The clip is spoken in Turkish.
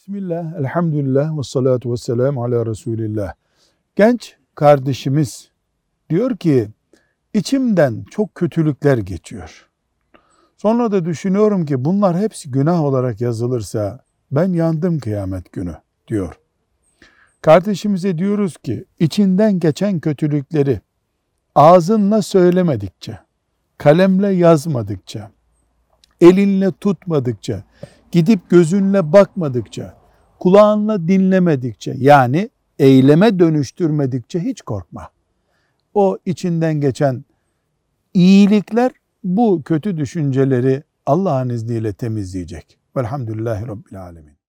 Bismillah, elhamdülillah ve salatu ve selamu ala Resulillah. Genç kardeşimiz diyor ki, içimden çok kötülükler geçiyor. Sonra da düşünüyorum ki bunlar hepsi günah olarak yazılırsa ben yandım kıyamet günü diyor. Kardeşimize diyoruz ki, içinden geçen kötülükleri ağzınla söylemedikçe, kalemle yazmadıkça, elinle tutmadıkça, gidip gözünle bakmadıkça, kulağınla dinlemedikçe, yani eyleme dönüştürmedikçe hiç korkma. O içinden geçen iyilikler bu kötü düşünceleri Allah'ın izniyle temizleyecek. Velhamdülillahi Rabbil Alemin.